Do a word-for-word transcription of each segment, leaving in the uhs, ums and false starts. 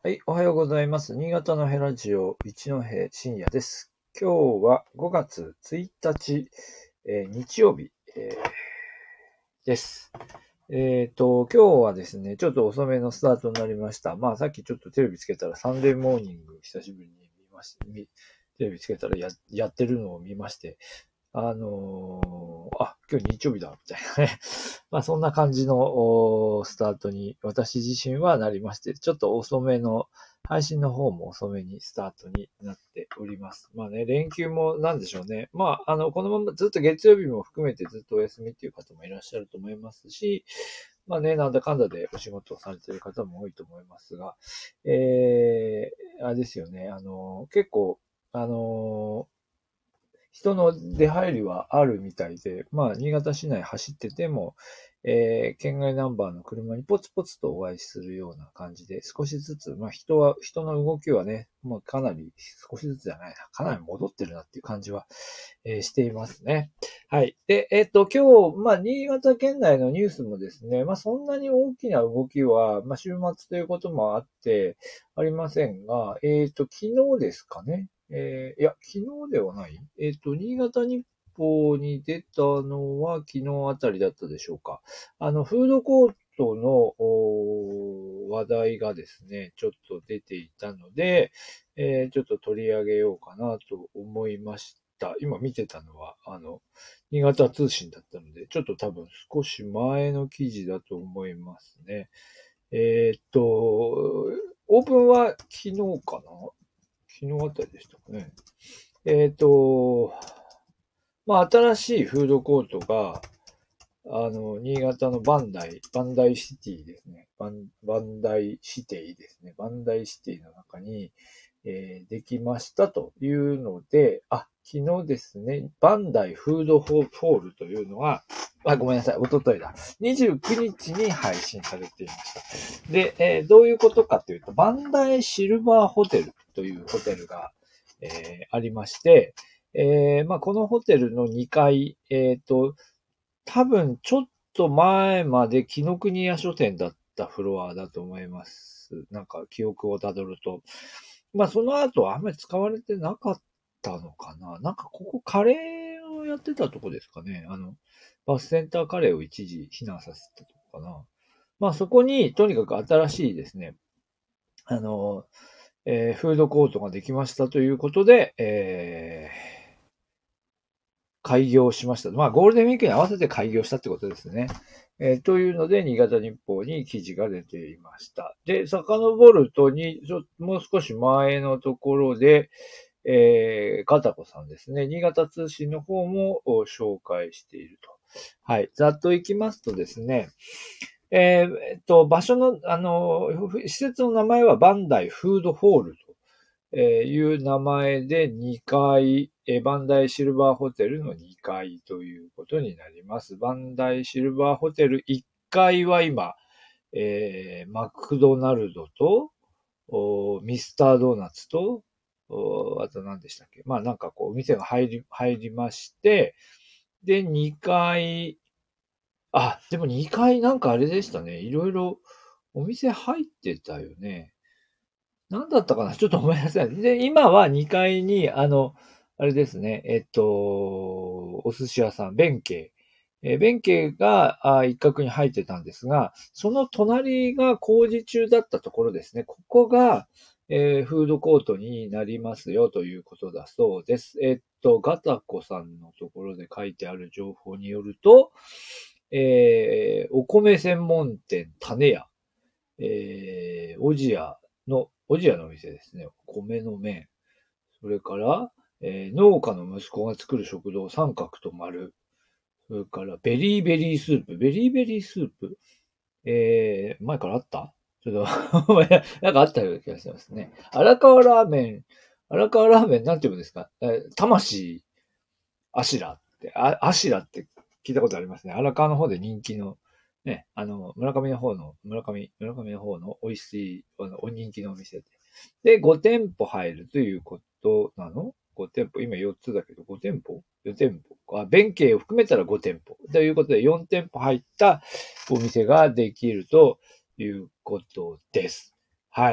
はい、おはようございます。新潟のヘラジオ一戸深夜です。今日はごがつついたち、えー日曜日、えーです。えっと、今日はですね、ちょっと遅めのスタートになりました。まあ、さっきちょっとテレビつけたらサンデーモーニング久しぶりに見まして、みテレビつけたらややってるのを見まして、あのーあ、今日日曜日だ、みたいなね。まあそんな感じのおスタートに私自身はなりまして、ちょっと遅めの、配信の方も遅めにスタートになっております。まあね、連休もなんでしょうね。まあ、あの、このままずっと月曜日も含めてずっとお休みっていう方もいらっしゃると思いますし、まあね、なんだかんだでお仕事をされている方も多いと思いますが、えー、あれですよね、あの、結構、あの、人の出入りはあるみたいで、まあ、新潟市内走ってても、えー、県外ナンバーの車にポツポツとお会いするような感じで、少しずつ、まあ人は、人の動きはね、もうかなり少しずつじゃないな、かなり戻ってるなっていう感じは、えーしていますね。はい。で、えっと、今日、まあ、新潟県内のニュースもですね、まあ、そんなに大きな動きは、まあ、週末ということもあって、ありませんが、えっと、昨日ですかね。えーいや、昨日ではない。えっと、新潟日報に出たのは昨日あたりだったでしょうか。あの、フードコートのお話題がですね、ちょっと出ていたので、えーちょっと取り上げようかなと思いました。今見てたのは、あの、新潟通信だったので、ちょっと多分少し前の記事だと思いますね。えーっと、オープンは昨日かな昨日あたりでしたかね。えっと、まあ、新しいフードコートが、あの、新潟のバンダイ、バンダイシティですね。バン、バンダイシティですね。バンダイシティの中に、えーできましたというので、あ、昨日ですね、バンダイフードホールというのが、あ、ごめんなさい、おとといだ。にじゅうくにちに配信されていました。で、えーどういうことかというと、バンダイシルバーホテルというホテルが、えーありまして、えーまあ、このホテルのにかい、えっと、多分ちょっと前まで紀ノ国屋書店だったフロアだと思います。なんか記憶をたどると。まあその後はあんまり使われてなかったのかな。なんかここカレーをやってたとこですかね。あの、バスセンターカレーを一時避難させたとこかな。まあそこにとにかく新しいですね、あの、えーフードコートができましたということで、えー開業しました。まあ、ゴールデンウィークに合わせて開業したってことですね。えーというので、新潟日報に記事が出ていました。で、遡るとに、ちょもう少し前のところで、えー、ガタコさんですね。新潟通信の方も紹介していると。はい。ざっと行きますとですね、えーえっと、場所の、あの、施設の名前はバンダイフードホールという名前でにかい、えーバンダイシルバーホテルのにかいということになります。バンダイシルバーホテルいっかいは今、えーマクドナルドと、おミスタードーナツと、おあと何でしたっけまあなんかこう、お店が入り、入りまして、で、にかい、あ、でもにかいなんかあれでしたね。いろいろお店入ってたよね。なんだったかなちょっとごめんなさい。で、今はにかいに、あの、あれですね、えっと、お寿司屋さん、弁慶。えー弁慶があ一角に入ってたんですが、その隣が工事中だったところですね。ここが、えーフードコートになりますよということだそうです。えっと、ガタコさんのところで書いてある情報によると、えーお米専門店種屋、えー、おじやの、おじやのお店ですね。米の麺。それから、えー農家の息子が作る食堂、三角と丸。それから、ベリーベリースープ。ベリーベリースープえー、前からあったちょっとなんかあったような気がしますね。荒川ラーメン、荒川ラーメンなんて言うんですかえー魂、アシラって、あ、アシラって聞いたことありますね。荒川の方で人気の、ね、あの、村上の方の、村上、村上の方の美味しい、あの、お人気のお店で。で、ご店舗入るということなの ?ご 店舗。今よっつだけど、ご店舗 ?よ 店舗。あ、弁慶を含めたらご店舗。ということで、よん店舗入ったお店ができるということです。はい。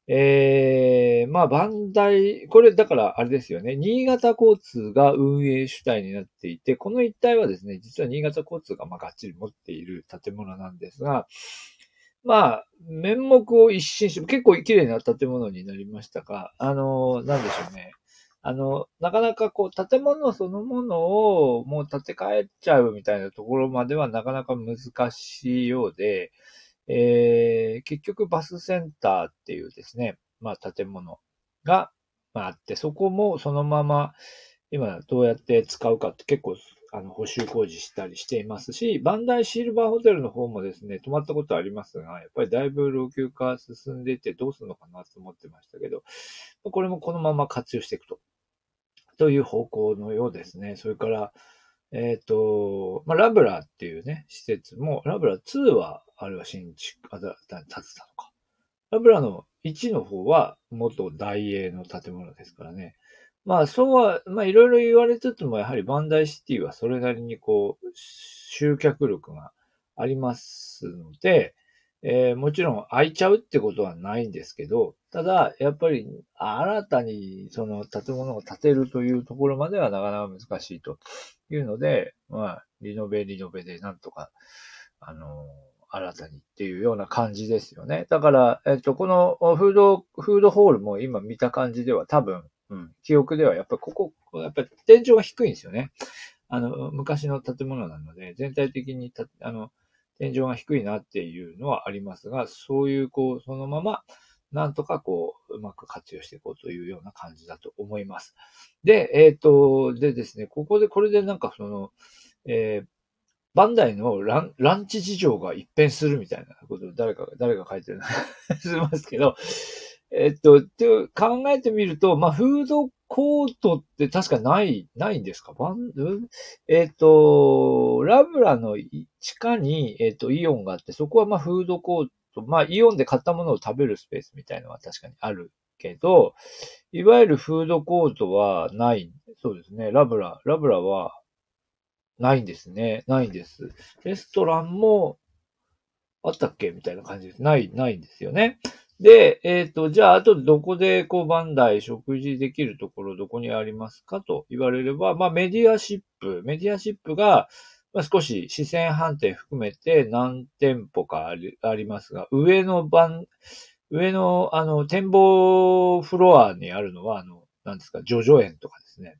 えー、まあ、バンダイ、これだからあれですよね。新潟交通が運営主体になっていて、この一帯はですね、実は新潟交通がまあがっちり持っている建物なんですが、まあ、面目を一新し、結構綺麗な建物になりましたが、あの、なんでしょうね。あの、なかなかこう、建物そのものをもう建て替えちゃうみたいなところまではなかなか難しいようで、えー、結局バスセンターっていうですね、まあ建物が、まあ、あって、そこもそのまま今どうやって使うかって結構あの補修工事したりしていますし、バンダイシルバーホテルの方もですね、泊まったことありますが、やっぱりだいぶ老朽化進んでいてどうするのかなと思ってましたけど、これもこのまま活用していくと。という方向のようですね。それから、えっ、と、まあ、ラブラっていうね、施設も、ラブラツーは、あれは新築、あ、だ、だ、建てたのか。ラブラのいちの方は元大英の建物ですからね。まあ、そうは、まあ、いろいろ言われつつも、やはりバンダイシティはそれなりにこう、集客力がありますので、えーもちろん空いちゃうってことはないんですけど、ただ、やっぱり新たにその建物を建てるというところまではなかなか難しいというので、まあ、リノベリノベでなんとか、あの、新たにっていうような感じですよね。だから、えっと、このフード、フードホールも今見た感じでは多分、うん、記憶ではやっぱりここ、やっぱり天井が低いんですよね。あの、昔の建物なので、全体的にた、あの、天井が低いなっていうのはありますが、そういう、こう、そのまま、なんとかこう、うまく活用していこうというような感じだと思います。で、えっと、でですね、ここで、これでなんかその、えーバンダイのランランチ事情が一変するみたいなことを誰かが、誰が書いてるのかすいますけど、えっと、って考えてみると、まあ、フードコートって確かない、ないんですかバン、えっと、ラブラの地下に、えっと、イオンがあって、そこはまあ、フードコート、まあ、イオンで買ったものを食べるスペースみたいなのは確かにあるけど、いわゆるフードコートはない。そうですね。ラブラ、ラブラはないんですね。ないんです。レストランもあったっけみたいな感じです。ない、ないんですよね。で、えっと、じゃあ、あとどこで、こう、バンダイ食事できるところ、どこにありますかと言われれば、まあ、メディアシップ、メディアシップが、まあ、少し視線判定含めて何店舗かありありますが、上の番、上の、あの、展望フロアにあるのは、あの、なんですか、ジョジョ園とかですね、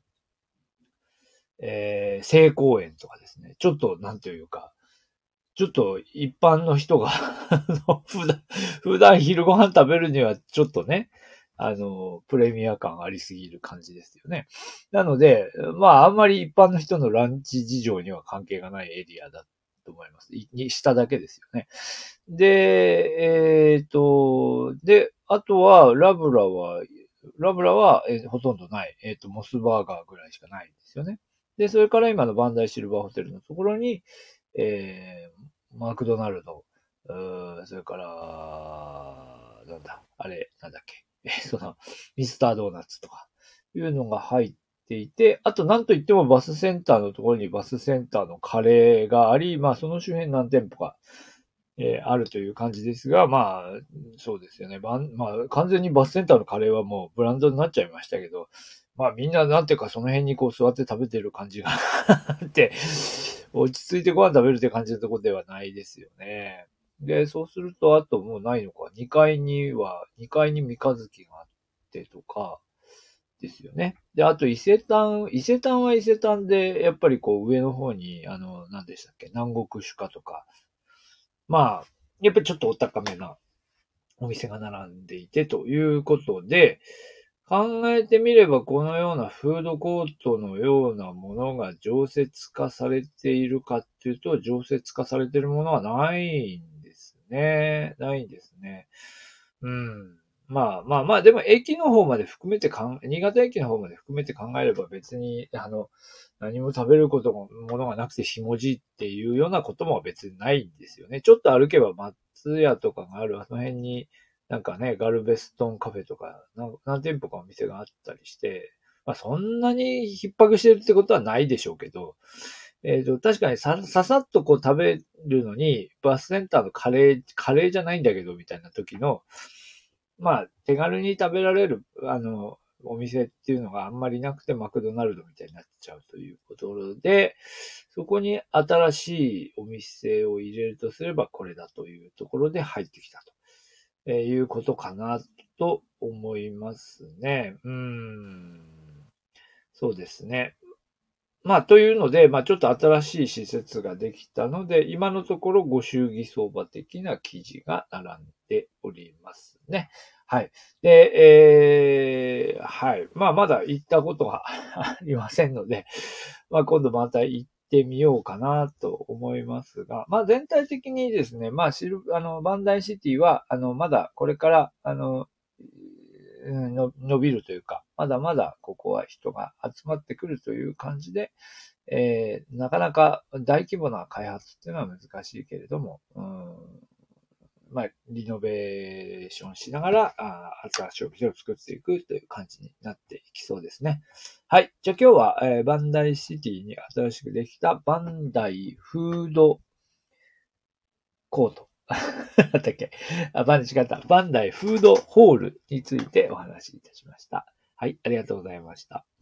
えー、聖公園とかですね、ちょっと、なんというか、ちょっと一般の人があの普段、普段昼ご飯食べるにはちょっとね、あの、プレミア感ありすぎる感じですよね。なので、まあ、あんまり一般の人のランチ事情には関係がないエリアだと思います。いに下だけですよね。で、えっと、で、あとは、ラブラは、ラブラは、えーほとんどない。えっと、モスバーガーぐらいしかないんですよね。で、それから今のバンダイシルバーホテルのところに、えー、マクドナルド、うーそれから、なんだ、あれ、なんだっけ、えーその、ミスタードーナツとか、いうのが入っていて、あとなんといってもバスセンターのところにバスセンターのカレーがあり、まあその周辺何店舗か、えーあるという感じですが、まあ、そうですよね。ばんまあ、完全にバスセンターのカレーはもうブランドになっちゃいましたけど、まあみんななんていうかその辺にこう座って食べてる感じがあって、落ち着いてご飯食べるって感じのところではないですよね。で、そうすると、あともうないのか。にかいには、にかいに三日月があってとか、ですよね。で、あと伊勢丹、伊勢丹は伊勢丹で、やっぱりこう上の方に、あの、何でしたっけ、南国酒家とか、まあ、やっぱりちょっとお高めなお店が並んでいてということで、考えてみればこのようなフードコートのようなものが常設化されているかっていうと、常設化されているものはないんですね。ないんですね。うん。まあまあまあ、でも駅の方まで含めてかん、新潟駅の方まで含めて考えれば別に、あの、何も食べることも、ものがなくてひもじいっていうようなことも別にないんですよね。ちょっと歩けば松屋とかがあるあの辺に、なんかね、ガルベストンカフェとか、何何店舗かお店があったりして、まあそんなに逼迫してるってことはないでしょうけど、えっと、確かにさ、ささっとこう食べるのに、バスセンターのカレー、カレーじゃないんだけど、みたいな時の、 まあ、手軽に食べられる、あの、お店っていうのがあんまりなくてマクドナルドみたいになっちゃうということで、そこに新しいお店を入れるとすればこれだというところで入ってきたということかなと思いますね。うーん。そうですね。まあ、というので、まあ、ちょっと新しい施設ができたので、今のところご祝儀相場的な記事が並んでおりますね。はい。で、えー、はい。まあ、まだ行ったことがありませんので、まあ、今度また行ってみようかなと思いますが、まあ、全体的にですね、まあ、シル、あの、バンダイシティは、あの、まだこれから、あの、うんの伸びるというか、まだまだここは人が集まってくるという感じで、えー、なかなか大規模な開発っていうのは難しいけれども、うん、まあ、リノベーションしながら、あ新しいお店を作っていくという感じになっていきそうですね。はい。じゃあ今日は、えー、バンダイシティに新しくできたバンダイフードコート。だったっけあ、バンダイ違った。バンダイフードホールについてお話しいたしました。はい。ありがとうございました。